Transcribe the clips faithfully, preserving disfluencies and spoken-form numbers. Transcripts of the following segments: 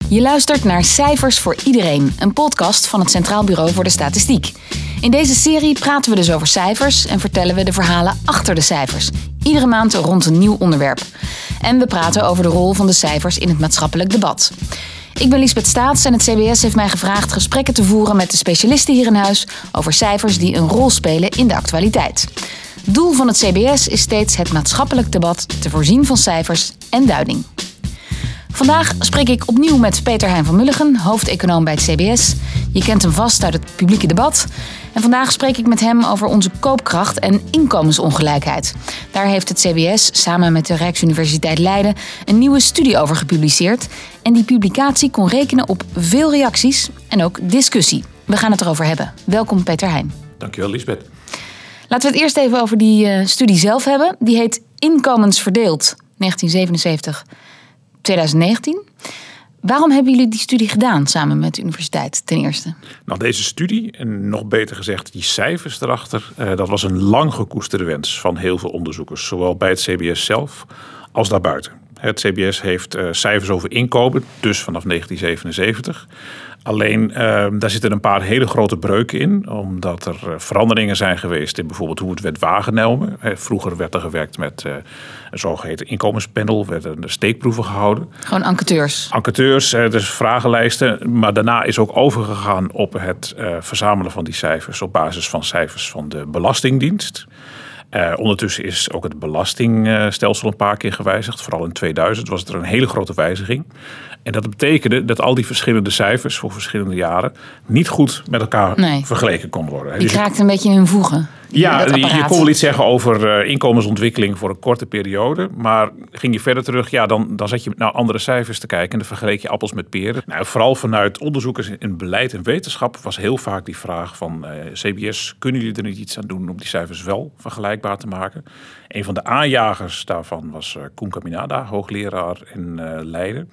Je luistert naar Cijfers voor Iedereen, een podcast van het Centraal Bureau voor de Statistiek. In deze serie praten we dus over cijfers en vertellen we de verhalen achter de cijfers. Iedere maand rond een nieuw onderwerp. En we praten over de rol van de cijfers in het maatschappelijk debat. Ik ben Liesbeth Staats en het C B S heeft mij gevraagd gesprekken te voeren met de specialisten hier in huis over cijfers die een rol spelen in de actualiteit. Doel van het C B S is steeds het maatschappelijk debat te voorzien van cijfers en duiding. Vandaag spreek ik opnieuw met Peter Hein van Mulligen, hoofdeconoom bij het C B S. Je kent hem vast uit het publieke debat. En vandaag spreek ik met hem over onze koopkracht en inkomensongelijkheid. Daar heeft het C B S samen met de Rijksuniversiteit Leiden een nieuwe studie over gepubliceerd. En die publicatie kon rekenen op veel reacties en ook discussie. We gaan het erover hebben. Welkom Peter Hein. Dankjewel Liesbeth. Laten we het eerst even over die uh, studie zelf hebben. Die heet Inkomensverdeeld negentien zevenenzeventig twintig negentien. Waarom hebben jullie die studie gedaan samen met de universiteit ten eerste? Nou, deze studie, en nog beter gezegd die cijfers erachter, uh, dat was een lang gekoesterde wens van heel veel onderzoekers. Zowel bij het C B S zelf als daarbuiten. Het C B S heeft uh, cijfers over inkomen, dus vanaf negentien zevenenzeventig. Alleen, uh, daar zitten een paar hele grote breuken in. Omdat er uh, veranderingen zijn geweest in bijvoorbeeld hoe het werd waargenomen. He, vroeger werd er gewerkt met uh, een zogeheten inkomenspanel. Werden er steekproeven gehouden. Gewoon enquêteurs. Enquêteurs, uh, dus vragenlijsten. Maar daarna is ook overgegaan op het uh, verzamelen van die cijfers op basis van cijfers van de Belastingdienst. Uh, ondertussen is ook het belastingstelsel een paar keer gewijzigd. Vooral in tweeduizend was er een hele grote wijziging. En dat betekende dat al die verschillende cijfers voor verschillende jaren niet goed met elkaar nee. vergeleken konden worden. Die dus raakten een beetje in hun voegen. Ja, je, je kon wel iets zeggen over uh, inkomensontwikkeling voor een korte periode. Maar ging je verder terug, ja, dan, dan zat je naar andere cijfers te kijken. En dan vergeleek je appels met peren. Nou, vooral vanuit onderzoekers in beleid en wetenschap was heel vaak die vraag van uh, C B S, kunnen jullie er niet iets aan doen om die cijfers wel vergelijkbaar te maken? Een van de aanjagers daarvan was uh, Koen Caminada, hoogleraar in uh, Leiden.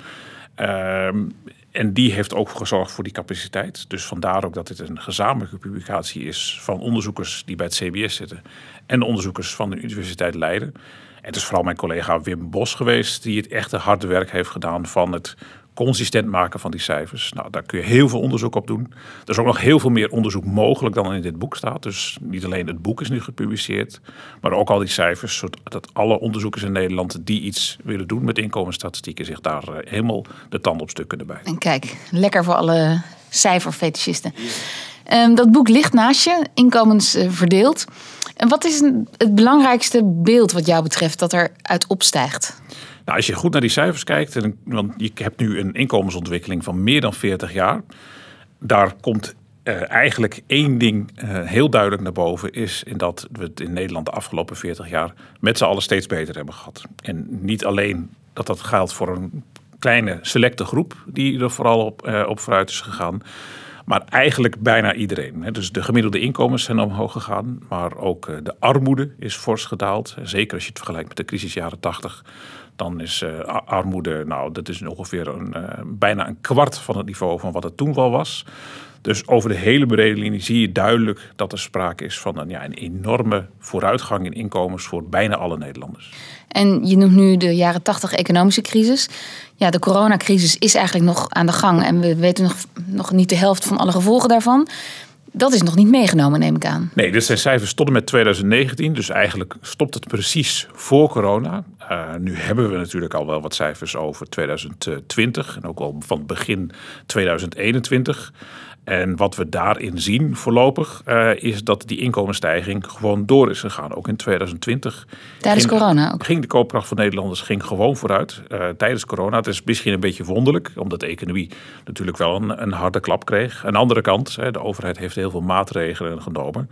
Um, En die heeft ook gezorgd voor die capaciteit. Dus vandaar ook dat dit een gezamenlijke publicatie is van onderzoekers die bij het C B S zitten en onderzoekers van de Universiteit Leiden. En het is vooral mijn collega Wim Bos geweest die het echte harde werk heeft gedaan van het consistent maken van die cijfers. Nou, daar kun je heel veel onderzoek op doen. Er is ook nog heel veel meer onderzoek mogelijk dan in dit boek staat. Dus niet alleen het boek is nu gepubliceerd, maar ook al die cijfers, zodat alle onderzoekers in Nederland die iets willen doen met inkomensstatistieken zich daar helemaal de tand op stuk kunnen bijten. En kijk, lekker voor alle cijferfetischisten. Um, dat boek ligt naast je, Inkomensverdeeld. En wat is het belangrijkste beeld wat jou betreft dat er uit opstijgt? Nou, als je goed naar die cijfers kijkt, en, want je hebt nu een inkomensontwikkeling van meer dan veertig jaar. Daar komt uh, eigenlijk één ding uh, heel duidelijk naar boven, is in dat we het in Nederland de afgelopen veertig jaar met z'n allen steeds beter hebben gehad. En niet alleen dat dat geldt voor een kleine selecte groep die er vooral op, uh, op vooruit is gegaan. Maar eigenlijk bijna iedereen. Dus de gemiddelde inkomens zijn omhoog gegaan. Maar ook de armoede is fors gedaald. Zeker als je het vergelijkt met de crisis jaren tachtig. Dan is uh, armoede, nou, dat is ongeveer een, uh, bijna een kwart van het niveau van wat het toen wel was. Dus over de hele brede linie zie je duidelijk dat er sprake is van een, ja, een enorme vooruitgang in inkomens voor bijna alle Nederlanders. En je noemt nu de jaren tachtig economische crisis. Ja, de coronacrisis is eigenlijk nog aan de gang en we weten nog, nog niet de helft van alle gevolgen daarvan. Dat is nog niet meegenomen, neem ik aan. Nee, dit zijn cijfers tot en met twintig negentien. Dus eigenlijk stopt het precies voor corona. Uh, nu hebben we natuurlijk al wel wat cijfers over twintig twintig. En ook al van begin twintig eenentwintig. En wat we daarin zien voorlopig uh, is dat die inkomensstijging gewoon door is gegaan. Ook in twintig twintig. Tijdens ging, corona ook. Ging de koopkracht van Nederlanders ging gewoon vooruit uh, tijdens corona. Het is misschien een beetje wonderlijk, omdat de economie natuurlijk wel een, een harde klap kreeg. Aan de andere kant, hè, de overheid heeft heel veel maatregelen genomen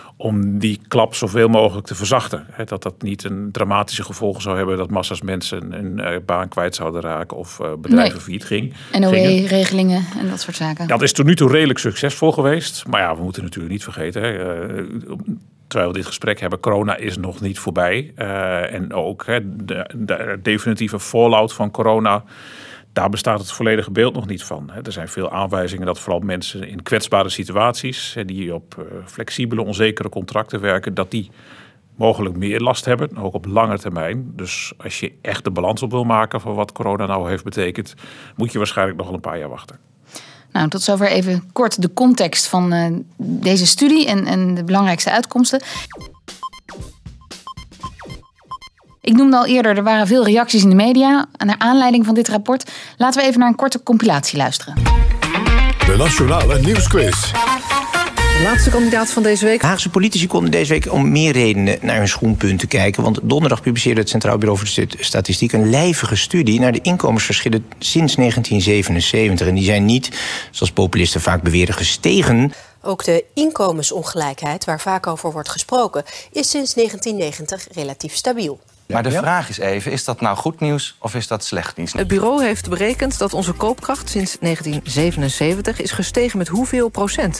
om die klap zoveel mogelijk te verzachten. Hè, dat dat niet een dramatische gevolgen zou hebben dat massa's mensen een uh, baan kwijt zouden raken of uh, bedrijven nee. failliet ging. N O E-regelingen en dat soort zaken. Dat is tot nu toe redelijk succesvol geweest. Maar ja, we moeten natuurlijk niet vergeten, hè, uh, terwijl we dit gesprek hebben, corona is nog niet voorbij. Uh, en ook hè, de, de definitieve fallout van corona, daar bestaat het volledige beeld nog niet van. Er zijn veel aanwijzingen dat vooral mensen in kwetsbare situaties, die op flexibele, onzekere contracten werken, dat die mogelijk meer last hebben, ook op lange termijn. Dus als je echt de balans op wil maken van wat corona nou heeft betekend, moet je waarschijnlijk nog wel een paar jaar wachten. Nou, tot zover even kort de context van uh, deze studie en, en de belangrijkste uitkomsten. Ik noemde al eerder, er waren veel reacties in de media naar aanleiding van dit rapport. Laten we even naar een korte compilatie luisteren. De Nationale Nieuwsquiz. De laatste kandidaat van deze week. Haagse politici konden deze week om meer redenen naar hun schoenpunten kijken. Want donderdag publiceerde het Centraal Bureau voor de Statistiek een lijvige studie naar de inkomensverschillen sinds negentien zevenenzeventig. En die zijn niet, zoals populisten vaak beweren, gestegen. Ook de inkomensongelijkheid, waar vaak over wordt gesproken, is sinds negentien negentig relatief stabiel. Maar de vraag is even, is dat nou goed nieuws of is dat slecht nieuws? Het bureau heeft berekend dat onze koopkracht sinds negentien zevenenzeventig is gestegen met hoeveel procent?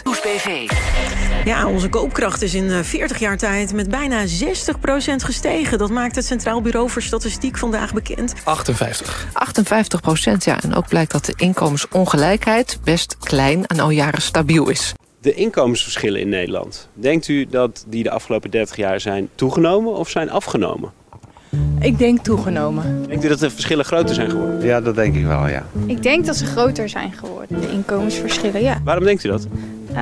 Ja, onze koopkracht is in veertig jaar tijd met bijna zestig procent gestegen. Dat maakt het Centraal Bureau voor Statistiek vandaag bekend. achtenvijftig. achtenvijftig procent, ja. En ook blijkt dat de inkomensongelijkheid best klein en al jaren stabiel is. De inkomensverschillen in Nederland, denkt u dat die de afgelopen dertig jaar zijn toegenomen of zijn afgenomen? Ik denk toegenomen. Denkt u dat de verschillen groter zijn geworden? Ja, dat denk ik wel, ja. Ik denk dat ze groter zijn geworden, de inkomensverschillen, ja. Waarom denkt u dat? Uh,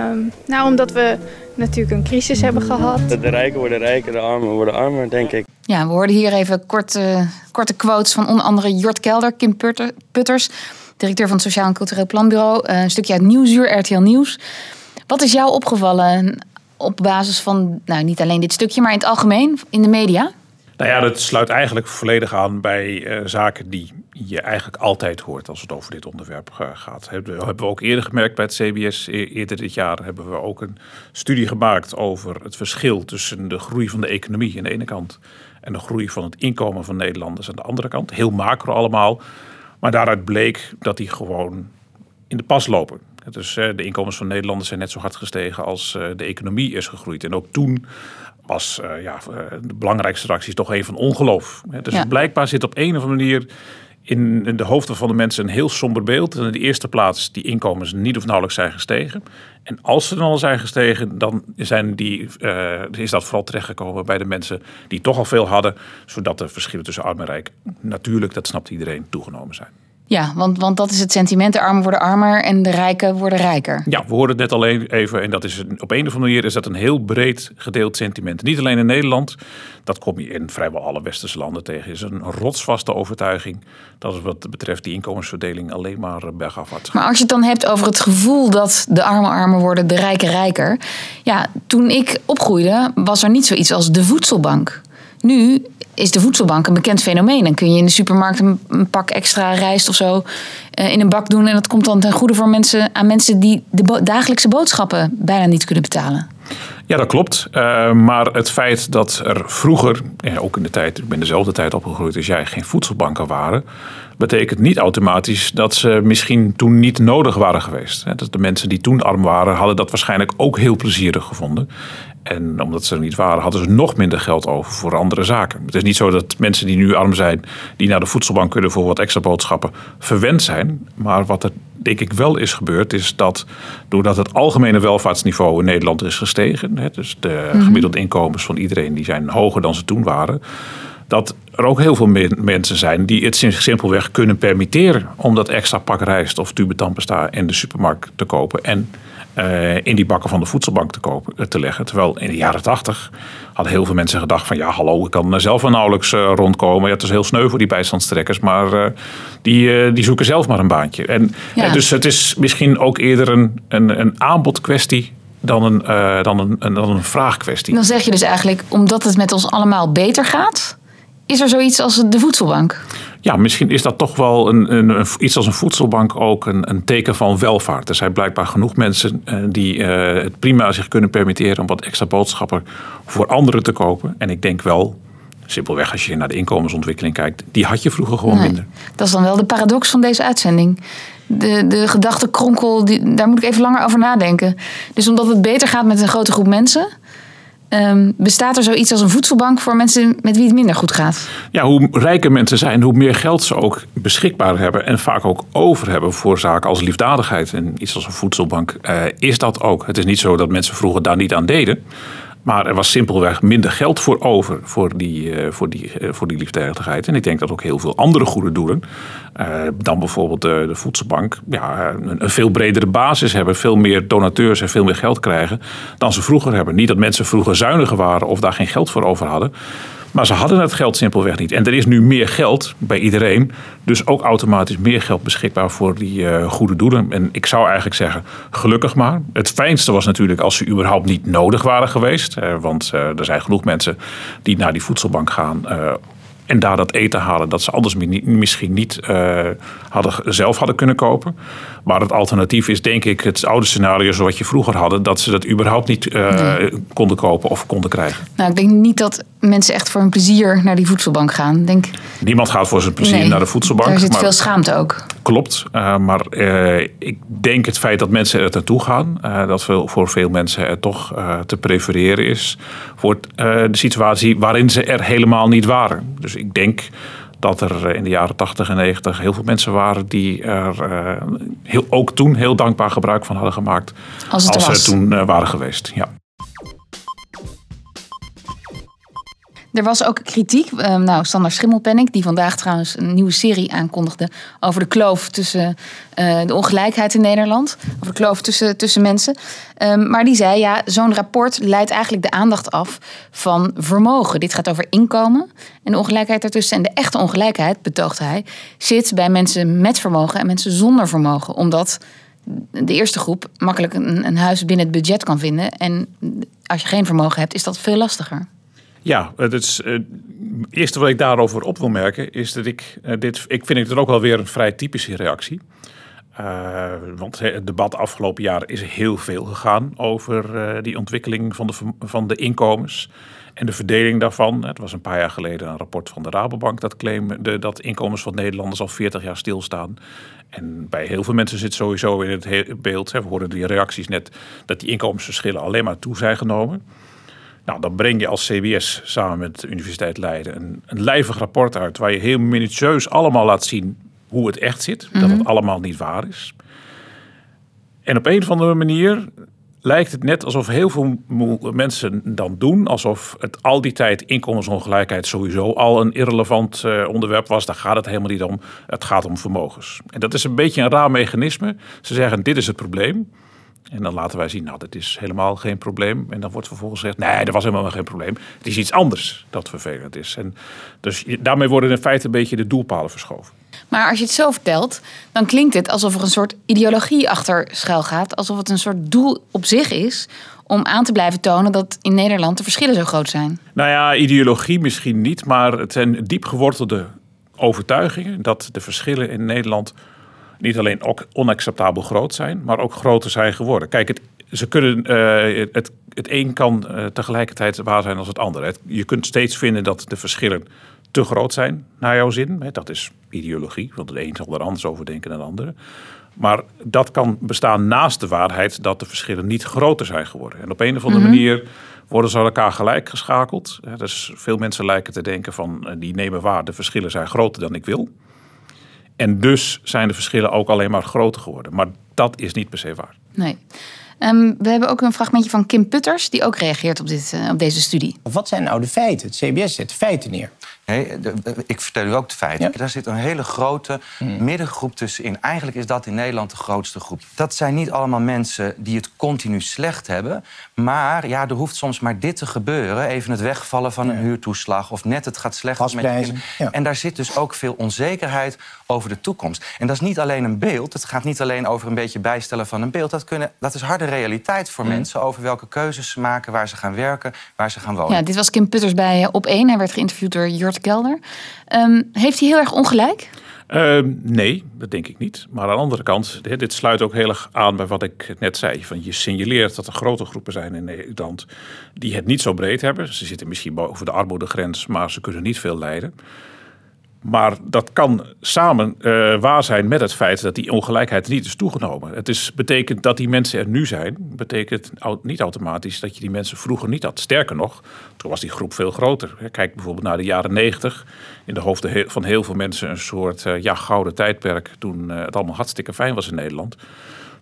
nou, omdat we natuurlijk een crisis hebben gehad. De rijken worden rijker, de armen worden armer, denk ik. Ja, we hoorden hier even korte, korte quotes van onder andere Jort Kelder, Kim Putters, directeur van het Sociaal en Cultureel Planbureau. Een stukje uit Nieuwsuur, R T L Nieuws. Wat is jou opgevallen op basis van, nou niet alleen dit stukje, maar in het algemeen in de media? Nou ja, dat sluit eigenlijk volledig aan bij uh, zaken die je eigenlijk altijd hoort als het over dit onderwerp uh, gaat. Hebben we, hebben we ook eerder gemerkt bij het C B S. E- eerder dit jaar hebben we ook een studie gemaakt over het verschil tussen de groei van de economie aan de ene kant en de groei van het inkomen van Nederlanders aan de andere kant. Heel macro allemaal. Maar daaruit bleek dat die gewoon in de pas lopen. Dus uh, de inkomens van Nederlanders zijn net zo hard gestegen als uh, de economie is gegroeid. En ook toen was uh, ja, uh, de belangrijkste reactie toch een van ongeloof. Dus ja. Blijkbaar zit op een of andere manier in, in de hoofden van de mensen een heel somber beeld. En in de eerste plaats die inkomens niet of nauwelijks zijn gestegen. En als ze dan al zijn gestegen, dan zijn die, uh, is dat vooral terechtgekomen bij de mensen die toch al veel hadden. Zodat de verschillen tussen arm en rijk natuurlijk, dat snapt iedereen, toegenomen zijn. Ja, want, want dat is het sentiment. De armen worden armer en de rijken worden rijker. Ja, we hoorden het net alleen even. En dat is een, op een of andere manier is dat een heel breed gedeeld sentiment. Niet alleen in Nederland. Dat kom je in vrijwel alle westerse landen tegen. Het is een rotsvaste overtuiging dat het wat betreft die inkomensverdeling alleen maar bergafwaarts gaat. Maar als je het dan hebt over het gevoel dat de armen armer worden, de rijken rijker. Ja, toen ik opgroeide was er niet zoiets als de voedselbank. Nu is de voedselbank een bekend fenomeen. Dan kun je in de supermarkt een, een pak extra rijst of zo uh, in een bak doen. En dat komt dan ten goede voor mensen, aan mensen die de bo- dagelijkse boodschappen bijna niet kunnen betalen. Ja, dat klopt. Uh, maar het feit dat er vroeger, ja, ook in de tijd, ik ben dezelfde tijd opgegroeid als jij, geen voedselbanken waren, betekent niet automatisch dat ze misschien toen niet nodig waren geweest. Dat de mensen die toen arm waren, hadden dat waarschijnlijk ook heel plezierig gevonden. En omdat ze er niet waren, hadden ze nog minder geld over voor andere zaken. Het is niet zo dat mensen die nu arm zijn, die naar de voedselbank kunnen voor wat extra boodschappen, verwend zijn. Maar wat er denk ik wel is gebeurd, is dat doordat het algemene welvaartsniveau in Nederland is gestegen, hè, dus de gemiddelde inkomens van iedereen die zijn hoger dan ze toen waren, dat er ook heel veel me- mensen zijn die het simpelweg kunnen permitteren om dat extra pak rijst of tube tandpasta in de supermarkt te kopen en uh, in die bakken van de voedselbank te, kopen, te leggen. Terwijl in de jaren tachtig hadden heel veel mensen gedacht van ja, hallo, ik kan zelf wel nauwelijks uh, rondkomen. Ja, het is heel sneu voor die bijstandstrekkers, maar uh, die, uh, die zoeken zelf maar een baantje. En, ja. uh, dus het is misschien ook eerder een, een, een aanbodkwestie dan een, uh, dan, een, een, dan een vraagkwestie. Dan zeg je dus eigenlijk, omdat het met ons allemaal beter gaat, is er zoiets als de voedselbank? Ja, misschien is dat toch wel een, een, een, iets als een voedselbank ook een, een teken van welvaart. Er zijn blijkbaar genoeg mensen uh, die uh, het prima zich kunnen permitteren om wat extra boodschappen voor anderen te kopen. En ik denk wel, simpelweg als je naar de inkomensontwikkeling kijkt, die had je vroeger gewoon nee, minder. Dat is dan wel de paradox van deze uitzending. De, de gedachtenkronkel, die, daar moet ik even langer over nadenken. Dus omdat het beter gaat met een grote groep mensen, Um, bestaat er zoiets als een voedselbank voor mensen met wie het minder goed gaat? Ja, hoe rijker mensen zijn, hoe meer geld ze ook beschikbaar hebben en vaak ook over hebben voor zaken als liefdadigheid. En iets als een voedselbank uh, is dat ook. Het is niet zo dat mensen vroeger daar niet aan deden. Maar er was simpelweg minder geld voor over voor die, uh, voor die, uh, voor die liefdadigheid. En ik denk dat ook heel veel andere goede doelen, uh, dan bijvoorbeeld de, de voedselbank, ja, een, een veel bredere basis hebben. Veel meer donateurs en veel meer geld krijgen dan ze vroeger hebben. Niet dat mensen vroeger zuiniger waren of daar geen geld voor over hadden. Maar ze hadden het geld simpelweg niet. En er is nu meer geld bij iedereen. Dus ook automatisch meer geld beschikbaar voor die uh, goede doelen. En ik zou eigenlijk zeggen, gelukkig maar. Het fijnste was natuurlijk als ze überhaupt niet nodig waren geweest. Uh, want uh, er zijn genoeg mensen die naar die voedselbank gaan Uh, en daar dat eten halen dat ze anders misschien niet uh, hadden, zelf hadden kunnen kopen. Maar het alternatief is denk ik het oude scenario zoals je vroeger hadden. Dat ze dat überhaupt niet uh, nee. konden kopen of konden krijgen. Nou, ik denk niet dat mensen echt voor hun plezier naar die voedselbank gaan. Denk... Niemand gaat voor zijn plezier nee, naar de voedselbank. Daar zit maar... veel schaamte ook. Klopt, uh, maar uh, ik denk het feit dat mensen er naartoe gaan, Uh, dat veel, voor veel mensen er toch uh, te prefereren is voor uh, de situatie waarin ze er helemaal niet waren. Dus ik denk dat er in de jaren tachtig en negentig heel veel mensen waren die er uh, heel, ook toen heel dankbaar gebruik van hadden gemaakt. Als, het als er was. ze toen uh, waren geweest, ja. Er was ook kritiek. Uh, nou, Sander Schimmelpenninck, die vandaag trouwens een nieuwe serie aankondigde over de kloof tussen uh, de ongelijkheid in Nederland. Over de kloof tussen, tussen mensen. Um, maar die zei, ja, zo'n rapport leidt eigenlijk de aandacht af van vermogen. Dit gaat over inkomen en de ongelijkheid daartussen. En de echte ongelijkheid, betoogde hij, zit bij mensen met vermogen en mensen zonder vermogen. Omdat de eerste groep makkelijk een, een huis binnen het budget kan vinden. En als je geen vermogen hebt, is dat veel lastiger. Ja, het is, uh, het eerste wat ik daarover op wil merken is dat ik uh, dit, ik vind het ook wel weer een vrij typische reactie. Uh, want het debat de afgelopen jaren is heel veel gegaan over uh, die ontwikkeling van de, van de inkomens en de verdeling daarvan. Het was een paar jaar geleden een rapport van de Rabobank dat claimde dat inkomens van Nederlanders al veertig jaar stilstaan. En bij heel veel mensen zit sowieso in het beeld, hè, we hoorden die reacties net, dat die inkomensverschillen alleen maar toe zijn genomen. Nou, dan breng je als C B S samen met de Universiteit Leiden een, een lijvig rapport uit waar je heel minutieus allemaal laat zien hoe het echt zit. Mm-hmm. Dat het allemaal niet waar is. En op een of andere manier lijkt het net alsof heel veel mensen dan doen alsof het al die tijd inkomensongelijkheid sowieso al een irrelevant uh, onderwerp was. Daar gaat het helemaal niet om. Het gaat om vermogens. En dat is een beetje een raar mechanisme. Ze zeggen, dit is het probleem. En dan laten wij zien, nou, dat is helemaal geen probleem. En dan wordt vervolgens gezegd, nee, dat was helemaal geen probleem. Het is iets anders dat vervelend is. En dus daarmee worden in feite een beetje de doelpalen verschoven. Maar als je het zo vertelt, dan klinkt het alsof er een soort ideologie achter schuil gaat. Alsof het een soort doel op zich is om aan te blijven tonen dat in Nederland de verschillen zo groot zijn. Nou ja, ideologie misschien niet, maar het zijn diep gewortelde overtuigingen dat de verschillen in Nederland niet alleen ook onacceptabel groot zijn, maar ook groter zijn geworden. Kijk, het, ze kunnen, uh, het, het een kan uh, tegelijkertijd waar zijn als het andere. Het, je kunt steeds vinden dat de verschillen te groot zijn, naar jouw zin. Dat is ideologie, want de een zal er anders over denken dan de andere. Maar dat kan bestaan naast de waarheid dat de verschillen niet groter zijn geworden. En op een of andere mm-hmm. manier worden ze aan elkaar gelijk geschakeld. Dus veel mensen lijken te denken van, die nemen waar, de verschillen zijn groter dan ik wil. En dus zijn de verschillen ook alleen maar groter geworden. Maar dat is niet per se waar. Nee. Um, we hebben ook een fragmentje van Kim Putters, die ook reageert op, dit, uh, op deze studie. Wat zijn nou de feiten? Het C B S zet feiten neer. Nee, de, de, ik vertel u ook de feiten. Ja? Daar zit een hele grote hmm. middengroep tussenin. Eigenlijk is dat in Nederland de grootste groep. Dat zijn niet allemaal mensen die het continu slecht hebben. Maar ja, er hoeft soms maar dit te gebeuren. Even het wegvallen van een ja. huurtoeslag. Of net het gaat slecht met je kinderen. Ja. En daar zit dus ook veel onzekerheid over de toekomst. En dat is niet alleen een beeld. Het gaat niet alleen over een beetje bijstellen van een beeld. Dat, kunnen, dat is harde realiteit voor hmm. mensen. Over welke keuzes ze maken, waar ze gaan werken, waar ze gaan wonen. Ja, dit was Kim Putters bij uh, Op één. Hij werd geïnterviewd door Jort Kelder. Um, heeft hij heel erg ongelijk? Uh, nee, dat denk ik niet. Maar aan de andere kant, dit sluit ook heel erg aan bij wat ik net zei. Van je signaleert dat er grote groepen zijn in Nederland die het niet zo breed hebben. Ze zitten misschien boven de armoedegrens, maar ze kunnen niet veel lijden. Maar dat kan samen uh, waar zijn met het feit dat die ongelijkheid niet is toegenomen. Het is, betekent dat die mensen er nu zijn, betekent niet automatisch dat je die mensen vroeger niet had. Sterker nog, toen was die groep veel groter. Kijk bijvoorbeeld naar de jaren negentig. In de hoofden van heel veel mensen een soort uh, ja, gouden tijdperk toen uh, het allemaal hartstikke fijn was in Nederland.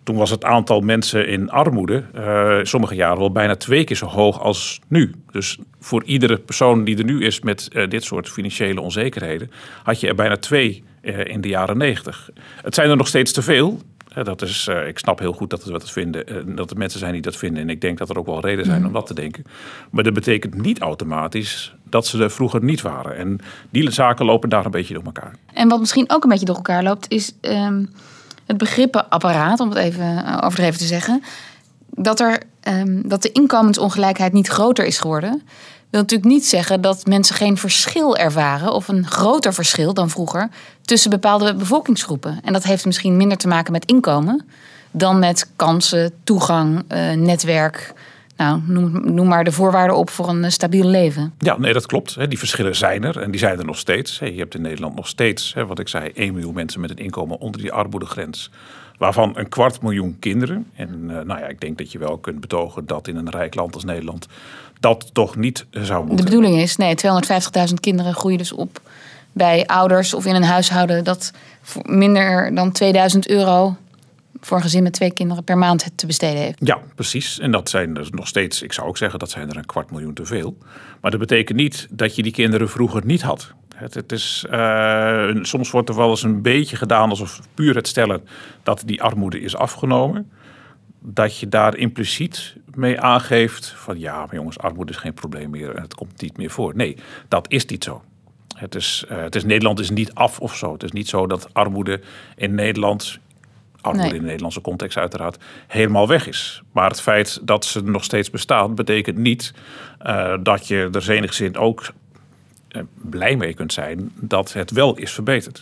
Toen was het aantal mensen in armoede uh, sommige jaren wel bijna twee keer zo hoog als nu. Dus voor iedere persoon die er nu is met uh, dit soort financiële onzekerheden, had je er bijna twee uh, in de jaren negentig. Het zijn er nog steeds te veel. Uh, dat is, uh, ik snap heel goed dat, het wat vinden, uh, dat er mensen zijn die dat vinden. En ik denk dat er ook wel reden zijn mm. om dat te denken. Maar dat betekent niet automatisch dat ze er vroeger niet waren. En die zaken lopen daar een beetje door elkaar. En wat misschien ook een beetje door elkaar loopt, is Um... het begrippenapparaat, om het even overdreven te zeggen, dat, er, um, dat de inkomensongelijkheid niet groter is geworden, wil natuurlijk niet zeggen dat mensen geen verschil ervaren of een groter verschil dan vroeger tussen bepaalde bevolkingsgroepen. En dat heeft misschien minder te maken met inkomen dan met kansen, toegang, uh, netwerk. Nou, noem, noem maar de voorwaarden op voor een stabiel leven. Ja, nee, dat klopt. Die verschillen zijn er en die zijn er nog steeds. Je hebt in Nederland nog steeds, wat ik zei, één miljoen mensen met een inkomen onder die armoedegrens. Waarvan een kwart miljoen kinderen. En nou ja, ik denk dat je wel kunt betogen dat in een rijk land als Nederland dat toch niet zou moeten. De bedoeling is, nee, tweehonderdvijftigduizend kinderen groeien dus op bij ouders of in een huishouden dat voor minder dan tweeduizend euro voor een gezin met twee kinderen per maand te besteden heeft. Ja, precies. En dat zijn er nog steeds, ik zou ook zeggen, dat zijn er een kwart miljoen te veel. Maar dat betekent niet dat je die kinderen vroeger niet had. Het, het is, uh, soms wordt er wel eens een beetje gedaan alsof puur het stellen dat die armoede is afgenomen. Dat je daar impliciet mee aangeeft van ja, maar jongens, armoede is geen probleem meer en het komt niet meer voor. Nee, dat is niet zo. Het is, uh, het is, Nederland is niet af of zo. Het is niet zo dat armoede in Nederland, armoede nee. in de Nederlandse context uiteraard, helemaal weg is. Maar het feit dat ze nog steeds bestaan, betekent niet uh, dat je er enigszins ook uh, blij mee kunt zijn dat het wel is verbeterd.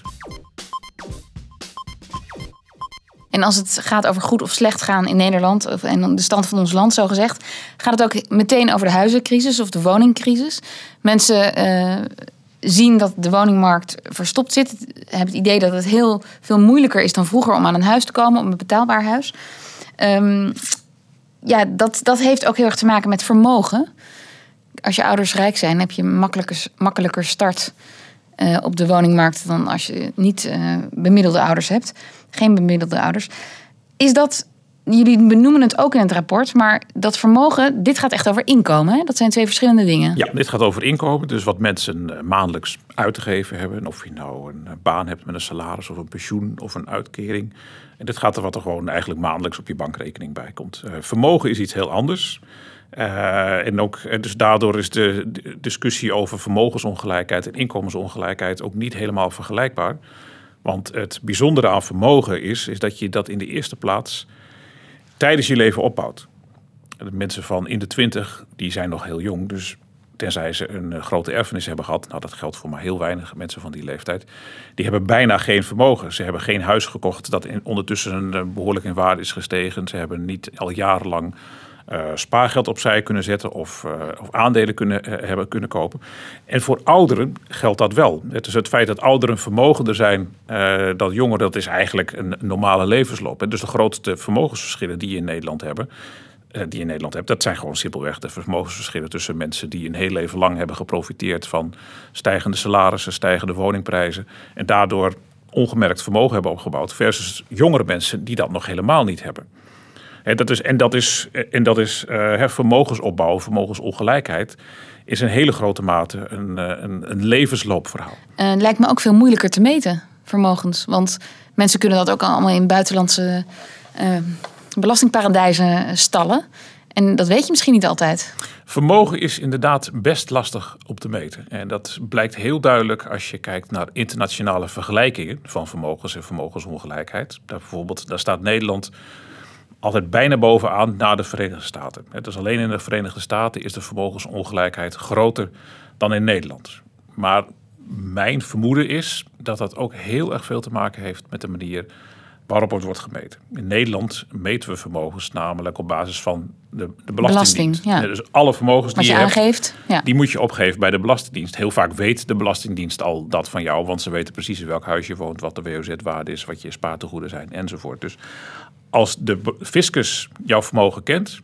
En als het gaat over goed of slecht gaan in Nederland en de stand van ons land, zo gezegd, gaat het ook meteen over de huizencrisis of de woningcrisis. Mensen uh, zien dat de woningmarkt verstopt zit. Hebben het idee dat het heel veel moeilijker is dan vroeger om aan een huis te komen, om een betaalbaar huis. Um, ja, dat, dat heeft ook heel erg te maken met vermogen. Als je ouders rijk zijn, heb je een makkelijker, makkelijker start uh, op de woningmarkt dan als je niet uh, bemiddelde ouders hebt. Geen bemiddelde ouders. Is dat, jullie benoemen het ook in het rapport, maar dat vermogen, dit gaat echt over inkomen. Hè? Dat zijn twee verschillende dingen. Ja, dit gaat over inkomen. Dus wat mensen maandelijks uit te geven hebben. Of je nou een baan hebt met een salaris of een pensioen of een uitkering. En dit gaat er wat er gewoon eigenlijk maandelijks op je bankrekening bij komt. Uh, vermogen is iets heel anders. Uh, en ook, dus daardoor is de discussie over vermogensongelijkheid en inkomensongelijkheid ook niet helemaal vergelijkbaar. Want het bijzondere aan vermogen is, is dat je dat in de eerste plaats tijdens je leven opbouwt. De mensen van in de twintig, die zijn nog heel jong. Dus tenzij ze een grote erfenis hebben gehad, nou dat geldt voor maar heel weinig mensen van die leeftijd, die hebben bijna geen vermogen. Ze hebben geen huis gekocht dat in, ondertussen behoorlijk in waarde is gestegen. Ze hebben niet al jarenlang Uh, spaargeld opzij kunnen zetten of, uh, of aandelen kunnen, uh, hebben kunnen kopen. En voor ouderen geldt dat wel. Het is het feit dat ouderen vermogender zijn uh, dan jongeren, dat is eigenlijk een normale levensloop. En dus de grootste vermogensverschillen die je in Nederland hebben, uh, die je in Nederland hebt, dat zijn gewoon simpelweg de vermogensverschillen tussen mensen die een heel leven lang hebben geprofiteerd van stijgende salarissen, stijgende woningprijzen en daardoor ongemerkt vermogen hebben opgebouwd, versus jongere mensen die dat nog helemaal niet hebben. En dat is, en dat is, en dat is uh, vermogensopbouw, vermogensongelijkheid, is in hele grote mate een, een, een levensloopverhaal. Uh, het lijkt me ook veel moeilijker te meten, vermogens. Want mensen kunnen dat ook allemaal in buitenlandse uh, belastingparadijzen stallen. En dat weet je misschien niet altijd. Vermogen is inderdaad best lastig op te meten. En dat blijkt heel duidelijk als je kijkt naar internationale vergelijkingen van vermogens en vermogensongelijkheid. Daar bijvoorbeeld, daar staat Nederland altijd bijna bovenaan na de Verenigde Staten. Dus alleen in de Verenigde Staten is de vermogensongelijkheid groter dan in Nederland. Maar mijn vermoeden is dat dat ook heel erg veel te maken heeft met de manier waarop het wordt gemeten. In Nederland meten we vermogens namelijk op basis van de, de belastingdienst. Belasting, ja. Dus alle vermogens Wat die je, je aangeeft, hebt, ja. die moet je opgeven bij de Belastingdienst. Heel vaak weet de Belastingdienst al dat van jou, want ze weten precies in welk huis je woont, wat de W O Z-waarde is, wat je spaartegoeden zijn enzovoort. Dus als de fiscus jouw vermogen kent,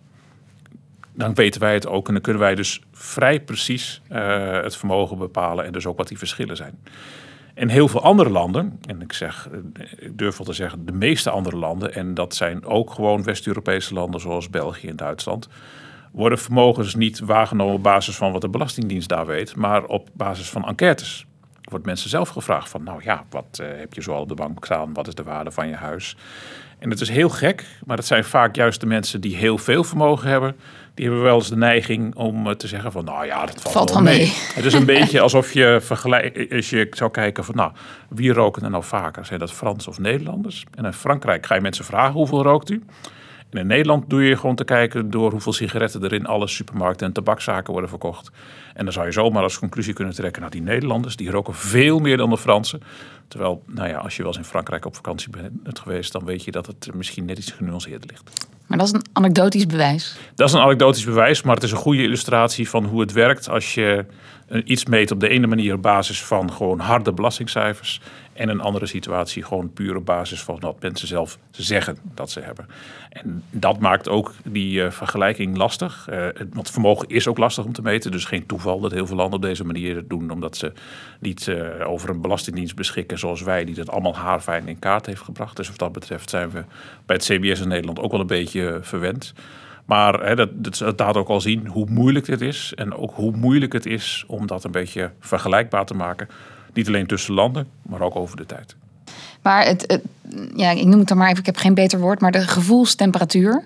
dan weten wij het ook. En dan kunnen wij dus vrij precies uh, het vermogen bepalen en dus ook wat die verschillen zijn. En heel veel andere landen, en ik, zeg, ik durf wel te zeggen de meeste andere landen, en dat zijn ook gewoon West-Europese landen zoals België en Duitsland, worden vermogens niet waargenomen op basis van wat de Belastingdienst daar weet, maar op basis van enquêtes. Er wordt mensen zelf gevraagd van, nou ja, wat uh, heb je zoal op de bank staan? Wat is de waarde van je huis? En het is heel gek, maar dat zijn vaak juist de mensen die heel veel vermogen hebben. Die hebben wel eens de neiging om uh, te zeggen van, nou ja, dat valt, valt wel mee. mee. Het is een beetje alsof je vergelijk, als je zou kijken van, nou, wie roken er nou vaker? Zijn dat Frans of Nederlanders? En in Frankrijk ga je mensen vragen, hoeveel rookt u? En in Nederland doe je gewoon te kijken door hoeveel sigaretten er in alle supermarkten en tabakzaken worden verkocht. En dan zou je zomaar als conclusie kunnen trekken, nou die Nederlanders die roken veel meer dan de Fransen. Terwijl, nou ja, als je wel eens in Frankrijk op vakantie bent geweest, dan weet je dat het misschien net iets genuanceerder ligt. Maar dat is een anekdotisch bewijs. Dat is een anekdotisch bewijs, maar het is een goede illustratie van hoe het werkt als je iets meet op de ene manier op basis van gewoon harde belastingcijfers en een andere situatie gewoon puur op basis van wat mensen zelf zeggen dat ze hebben. En dat maakt ook die uh, vergelijking lastig. Uh, want vermogen is ook lastig om te meten. Dus geen toeval dat heel veel landen op deze manier het doen, omdat ze niet uh, over een belastingdienst beschikken zoals wij, die dat allemaal haarfijn in kaart heeft gebracht. Dus wat dat betreft zijn we bij het C B S in Nederland ook wel een beetje uh, verwend. Maar hè, dat, dat laat ook al zien hoe moeilijk dit is. En ook hoe moeilijk het is om dat een beetje vergelijkbaar te maken. Niet alleen tussen landen, maar ook over de tijd. Maar het, het, ja, ik noem het dan maar even, ik heb geen beter woord. Maar de gevoelstemperatuur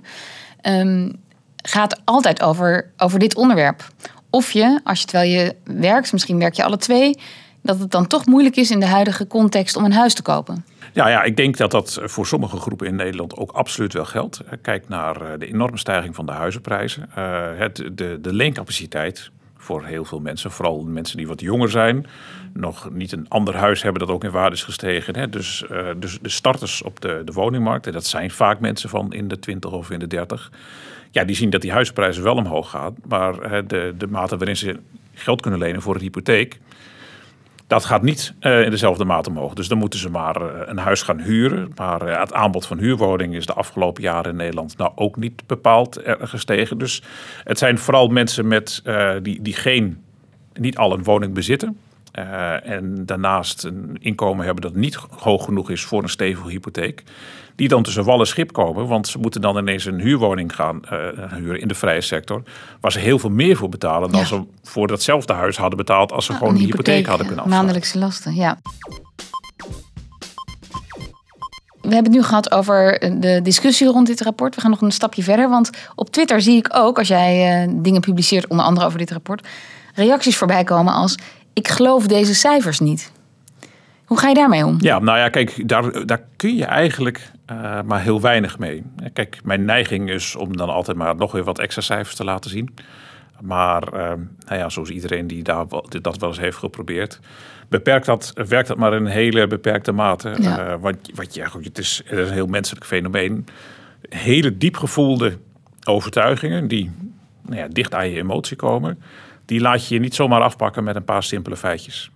um, gaat altijd over, over dit onderwerp. Of je, als je terwijl je werkt, misschien werk je alle twee, dat het dan toch moeilijk is in de huidige context om een huis te kopen. Ja, ja, ik denk dat dat voor sommige groepen in Nederland ook absoluut wel geldt. Kijk naar de enorme stijging van de huizenprijzen. Uh, het, de, de leencapaciteit voor heel veel mensen, vooral mensen die wat jonger zijn, nog niet een ander huis hebben dat ook in waarde is gestegen. Hè? Dus, uh, dus de starters op de, de woningmarkt, en dat zijn vaak mensen van in de twintig of in de dertig. Ja, die zien dat die huizenprijzen wel omhoog gaan. Maar uh, de, de mate waarin ze geld kunnen lenen voor een hypotheek, dat gaat niet uh, in dezelfde mate omhoog. Dus dan moeten ze maar uh, een huis gaan huren. Maar uh, het aanbod van huurwoningen is de afgelopen jaren in Nederland nou ook niet bepaald erg gestegen. Dus het zijn vooral mensen met, uh, die, die geen, niet al een woning bezitten. Uh, en daarnaast een inkomen hebben dat niet hoog genoeg is voor een stevige hypotheek. Die dan tussen wal en schip komen. Want ze moeten dan ineens een huurwoning gaan uh, huren in de vrije sector. Waar ze heel veel meer voor betalen dan ja. ze voor datzelfde huis hadden betaald als ze ja, gewoon een hypotheek, hypotheek hadden kunnen afsluiten. Maandelijkse lasten, ja. We hebben het nu gehad over de discussie rond dit rapport. We gaan nog een stapje verder. Want op Twitter zie ik ook, als jij uh, dingen publiceert, onder andere over dit rapport, reacties voorbij komen als: ik geloof deze cijfers niet. Hoe ga je daarmee om? Ja, nou ja, kijk, daar, daar kun je eigenlijk uh, maar heel weinig mee. Kijk, mijn neiging is om dan altijd maar nog weer wat extra cijfers te laten zien. Maar uh, nou ja, zoals iedereen die daar, dat wel eens heeft geprobeerd, beperkt dat, werkt dat maar in een hele beperkte mate. Ja. Uh, want wat, ja, het, is, het is een heel menselijk fenomeen. Hele diep gevoelde overtuigingen die nou ja, dicht aan je emotie komen, die laat je je niet zomaar afpakken met een paar simpele feitjes.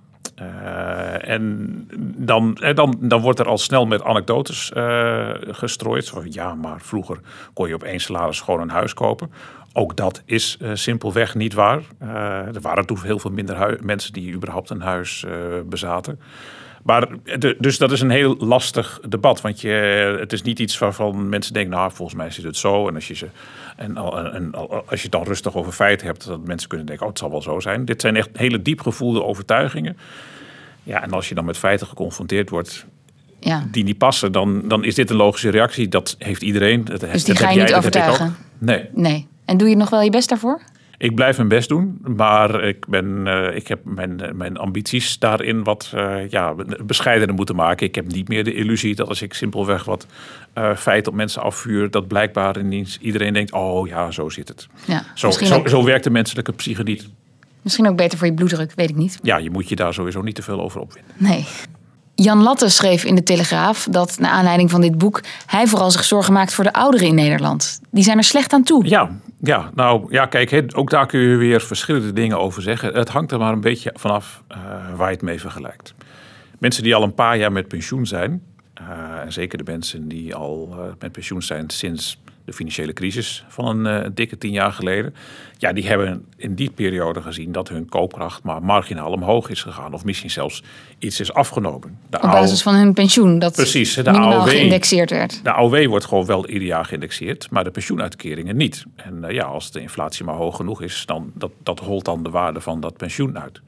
Uh, en dan, dan, dan wordt er al snel met anekdotes uh, gestrooid. Zo van, ja, maar vroeger kon je op één salaris gewoon een huis kopen. Ook dat is uh, simpelweg niet waar. Uh, er waren toen heel veel minder hui- mensen die überhaupt een huis uh, bezaten. Maar de, dus dat is een heel lastig debat. Want je, het is niet iets waarvan mensen denken, nou, volgens mij zit het zo. En als je, ze, en, en, en als je het dan rustig over feiten hebt, dat mensen kunnen denken, oh, het zal wel zo zijn. Dit zijn echt hele diep gevoelde overtuigingen. Ja, en als je dan met feiten geconfronteerd wordt, ja, die niet passen, dan, dan is dit een logische reactie. Dat heeft iedereen. Dat, dus die dat ga je jij, niet overtuigen? Nee. nee. En doe je nog wel je best daarvoor? Ik blijf mijn best doen, maar ik, ben, uh, ik heb mijn, uh, mijn ambities daarin wat uh, ja, bescheidener moeten maken. Ik heb niet meer de illusie dat als ik simpelweg wat uh, feiten op mensen afvuur, dat blijkbaar ineens iedereen denkt, oh ja, zo zit het. Ja, zo, zo, ook, zo werkt de menselijke psyche niet. Misschien ook beter voor je bloeddruk, weet ik niet. Ja, je moet je daar sowieso niet te veel over opwinden. Nee. Jan Latte schreef in de Telegraaf dat naar aanleiding van dit boek hij vooral zich zorgen maakt voor de ouderen in Nederland. Die zijn er slecht aan toe. Ja, ja nou ja, kijk, he, ook daar kun je weer verschillende dingen over zeggen. Het hangt er maar een beetje vanaf uh, waar je het mee vergelijkt. Mensen die al een paar jaar met pensioen zijn, uh, en zeker de mensen die al uh, met pensioen zijn sinds de financiële crisis van een uh, dikke tien jaar geleden. Ja, die hebben in die periode gezien dat hun koopkracht maar marginaal omhoog is gegaan. Of misschien zelfs iets is afgenomen. De Op basis van hun pensioen, dat precies, de minimaal A O W, geïndexeerd werd. De A O W wordt gewoon wel ieder jaar geïndexeerd, maar de pensioenuitkeringen niet. En uh, ja, als de inflatie maar hoog genoeg is, dan dat, dat holt dan de waarde van dat pensioen uit.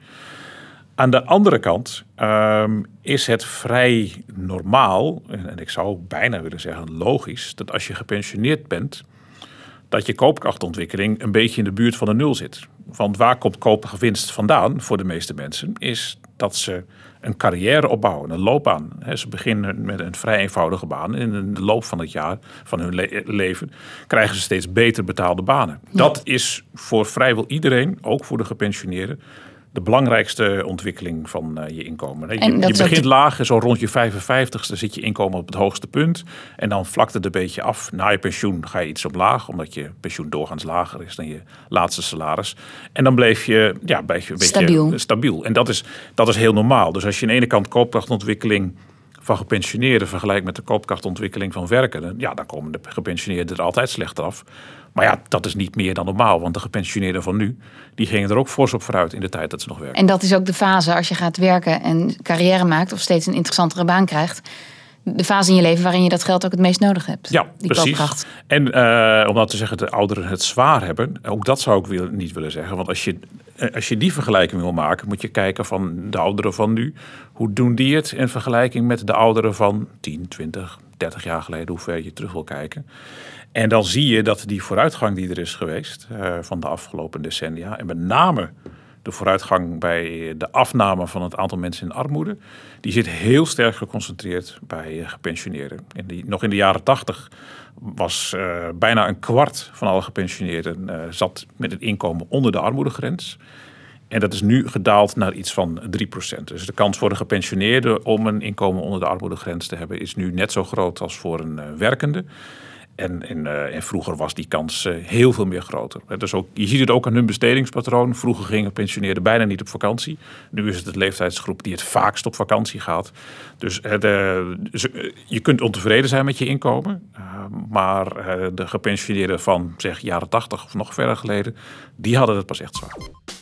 Aan de andere kant um, is het vrij normaal, en ik zou bijna willen zeggen logisch, dat als je gepensioneerd bent, dat je koopkrachtontwikkeling een beetje in de buurt van de nul zit. Want waar komt koopkrachtwinst vandaan voor de meeste mensen, is dat ze een carrière opbouwen, een loopbaan. He, ze beginnen met een vrij eenvoudige baan. En in de loop van het jaar, van hun le- leven, krijgen ze steeds beter betaalde banen. Ja. Dat is voor vrijwel iedereen, ook voor de gepensioneerden, de belangrijkste ontwikkeling van uh, je inkomen. Je, je begint laag en zo rond je vijfenvijftigste zit je inkomen op het hoogste punt. En dan vlakt het een beetje af. Na je pensioen ga je iets omlaag, omdat je pensioen doorgaans lager is dan je laatste salaris. En dan bleef je ja, een beetje, een beetje stabiel. stabiel. En dat is, dat is heel normaal. Dus als je aan de ene kant koopkrachtontwikkeling van gepensioneerden vergelijkt met de koopkrachtontwikkeling van werkenden, ja, dan komen de gepensioneerden er altijd slechter af. Maar ja, dat is niet meer dan normaal. Want de gepensioneerden van nu, die gingen er ook fors op vooruit in de tijd dat ze nog werken. En dat is ook de fase als je gaat werken en carrière maakt of steeds een interessantere baan krijgt. De fase in je leven waarin je dat geld ook het meest nodig hebt. Ja, die precies. Koopkracht. En uh, om dat te zeggen, de ouderen het zwaar hebben. Ook dat zou ik wil, niet willen zeggen. Want als je, als je die vergelijking wil maken, moet je kijken van de ouderen van nu. Hoe doen die het in vergelijking met de ouderen van tien, twintig, dertig jaar geleden, hoe ver je terug wil kijken. En dan zie je dat die vooruitgang die er is geweest uh, van de afgelopen decennia, en met name de vooruitgang bij de afname van het aantal mensen in armoede, die zit heel sterk geconcentreerd bij uh, gepensioneerden. In die, nog in de jaren tachtig was uh, bijna een kwart van alle gepensioneerden uh, zat met een inkomen onder de armoedegrens. En dat is nu gedaald naar iets van drie procent. Dus de kans voor de gepensioneerde om een inkomen onder de armoedegrens te hebben is nu net zo groot als voor een uh, werkende. En, en, uh, en vroeger was die kans uh, heel veel meer groter. Dus ook, je ziet het ook aan hun bestedingspatroon. Vroeger gingen gepensioneerden bijna niet op vakantie. Nu is het de leeftijdsgroep die het vaakst op vakantie gaat. Dus uh, de, uh, je kunt ontevreden zijn met je inkomen. Uh, maar uh, de gepensioneerden van zeg jaren tachtig of nog verder geleden, die hadden het pas echt zwaar.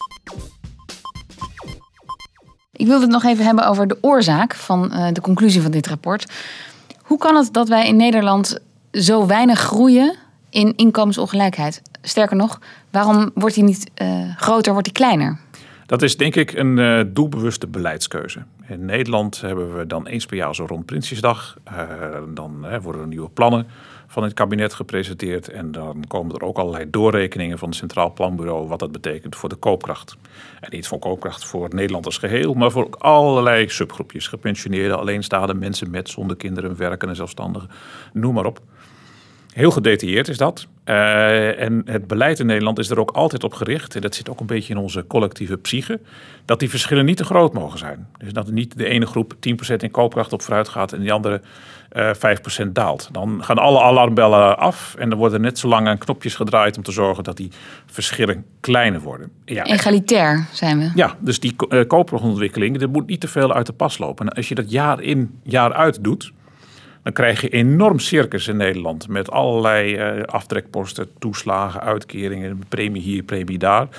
Ik wilde het nog even hebben over de oorzaak van uh, de conclusie van dit rapport. Hoe kan het dat wij in Nederland zo weinig groeien in inkomensongelijkheid? Sterker nog, waarom wordt die niet uh, groter, wordt die kleiner? Dat is denk ik een uh, doelbewuste beleidskeuze. In Nederland hebben we dan eens per jaar zo rond Prinsjesdag. Uh, dan uh, worden er nieuwe plannen van het kabinet gepresenteerd. En dan komen er ook allerlei doorrekeningen van het Centraal Planbureau wat dat betekent voor de koopkracht. En niet voor koopkracht voor Nederland als geheel, maar voor allerlei subgroepjes. Gepensioneerden, alleenstaande, mensen met, zonder kinderen, werkende, zelfstandigen, noem maar op. Heel gedetailleerd is dat. Uh, en het beleid in Nederland is er ook altijd op gericht, en dat zit ook een beetje in onze collectieve psyche, dat die verschillen niet te groot mogen zijn. Dus dat niet de ene groep tien procent in koopkracht op vooruit gaat en die andere uh, vijf procent daalt. Dan gaan alle alarmbellen af en er worden net zo lang aan knopjes gedraaid om te zorgen dat die verschillen kleiner worden. Ja, egalitair zijn we. Ja, dus die uh, koopkrachtontwikkeling, er moet niet te veel uit de pas lopen. En als je dat jaar in, jaar uit doet, dan krijg je enorm circus in Nederland met allerlei uh, aftrekposten, toeslagen, uitkeringen, premie hier, premie daar,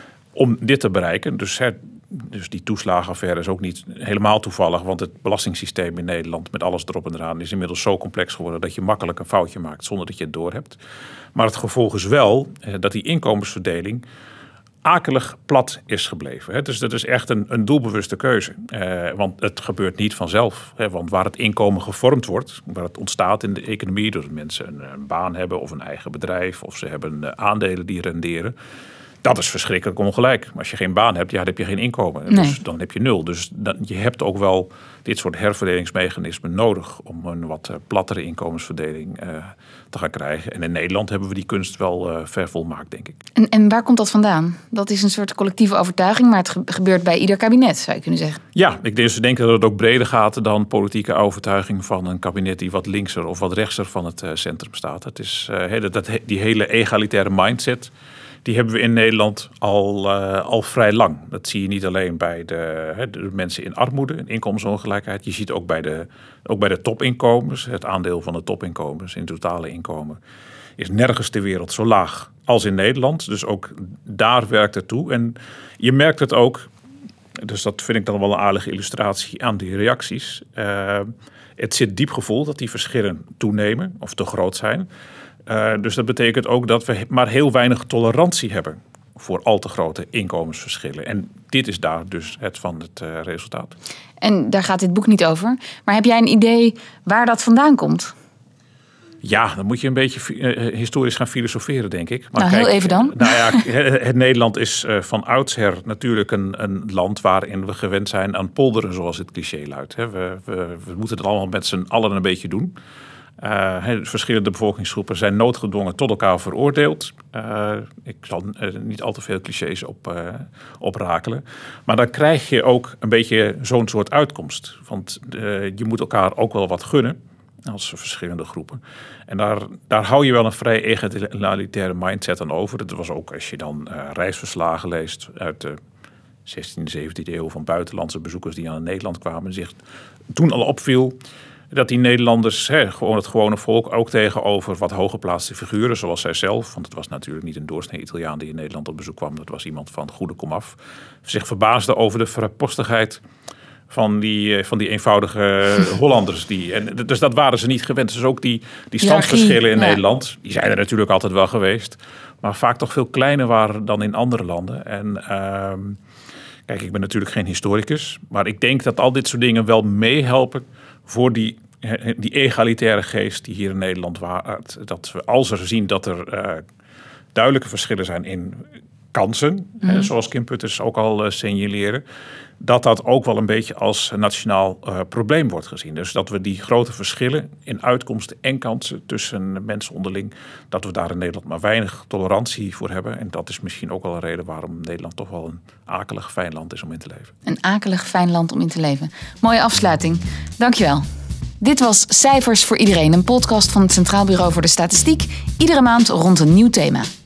om dit te bereiken. Dus, hè, dus die toeslagenaffaire is ook niet helemaal toevallig, want het belastingssysteem in Nederland met alles erop en eraan is inmiddels zo complex geworden dat je makkelijk een foutje maakt zonder dat je het doorhebt. Maar het gevolg is wel uh, dat die inkomensverdeling akelig plat is gebleven. Hè. Dus dat is echt een, een doelbewuste keuze. Eh, want het gebeurt niet vanzelf. Hè. Want waar het inkomen gevormd wordt, waar het ontstaat in de economie, doordat mensen een, een baan hebben of een eigen bedrijf, of ze hebben uh, aandelen die renderen, dat is verschrikkelijk ongelijk. Maar als je geen baan hebt, ja, dan heb je geen inkomen. Nee. Dus dan heb je nul. Dus dan, je hebt ook wel dit soort herverdelingsmechanismen nodig om een wat uh, plattere inkomensverdeling uh, te gaan krijgen. En in Nederland hebben we die kunst wel uh, ver volmaakt, denk ik. En, en waar komt dat vandaan? Dat is een soort collectieve overtuiging, maar het ge- gebeurt bij ieder kabinet, zou je kunnen zeggen. Ja, ik dus denk dat het ook breder gaat dan politieke overtuiging van een kabinet die wat linkser of wat rechtser van het uh, centrum staat. Het is uh, dat, dat, die hele egalitaire mindset, die hebben we in Nederland al, uh, al vrij lang. Dat zie je niet alleen bij de, hè, de mensen in armoede, in inkomensongelijkheid. Je ziet ook bij de, ook bij de topinkomens. Het aandeel van de topinkomens in het totale inkomen is nergens ter wereld zo laag als in Nederland. Dus ook daar werkt het toe. En je merkt het ook, dus dat vind ik dan wel een aardige illustratie aan die reacties. Uh, het zit diep gevoeld dat die verschillen toenemen of te groot zijn. Uh, dus dat betekent ook dat we maar heel weinig tolerantie hebben voor al te grote inkomensverschillen. En dit is daar dus het van het uh, resultaat. En daar gaat dit boek niet over. Maar heb jij een idee waar dat vandaan komt? Ja, dan moet je een beetje uh, historisch gaan filosoferen, denk ik. Maar nou, kijk, heel even dan. Nou ja, het, het Nederland is uh, van oudsher natuurlijk een, een land waarin we gewend zijn aan polderen, zoals het cliché luidt. We, we, we moeten het allemaal met z'n allen een beetje doen. Uh, verschillende bevolkingsgroepen zijn noodgedwongen tot elkaar veroordeeld. Uh, ik zal uh, niet al te veel clichés op, uh, oprakelen. Maar dan krijg je ook een beetje zo'n soort uitkomst. Want uh, je moet elkaar ook wel wat gunnen als verschillende groepen. En daar, daar hou je wel een vrij egalitaire mindset aan over. Dat was ook als je dan uh, reisverslagen leest uit de zestiende, zeventiende eeuw van buitenlandse bezoekers die aan Nederland kwamen. Zich toen al opviel dat die Nederlanders, hè, gewoon het gewone volk, ook tegenover wat hooggeplaatste figuren, zoals zijzelf, want het was natuurlijk niet een doorsnee Italiaan die in Nederland op bezoek kwam, dat was iemand van goede komaf, zich verbaasde over de vrijpostigheid van die, van die eenvoudige Hollanders. Die, en dus dat waren ze niet gewend. Dus ook die, die standsverschillen in ja. Nederland, die zijn er natuurlijk altijd wel geweest, maar vaak toch veel kleiner waren dan in andere landen. En uh, kijk, ik ben natuurlijk geen historicus, maar ik denk dat al dit soort dingen wel meehelpen voor die, die egalitaire geest die hier in Nederland waart. Dat we, als we zien dat er uh, duidelijke verschillen zijn in kansen, mm. hè, zoals Kim Putters ook al uh, signaleren, dat dat ook wel een beetje als nationaal uh, probleem wordt gezien. Dus dat we die grote verschillen in uitkomsten en kansen tussen mensen onderling, dat we daar in Nederland maar weinig tolerantie voor hebben. En dat is misschien ook wel een reden waarom Nederland toch wel een akelig fijn land is om in te leven. Een akelig fijn land om in te leven. Mooie afsluiting. Dankjewel. Dit was Cijfers voor Iedereen, een podcast van het Centraal Bureau voor de Statistiek. Iedere maand rond een nieuw thema.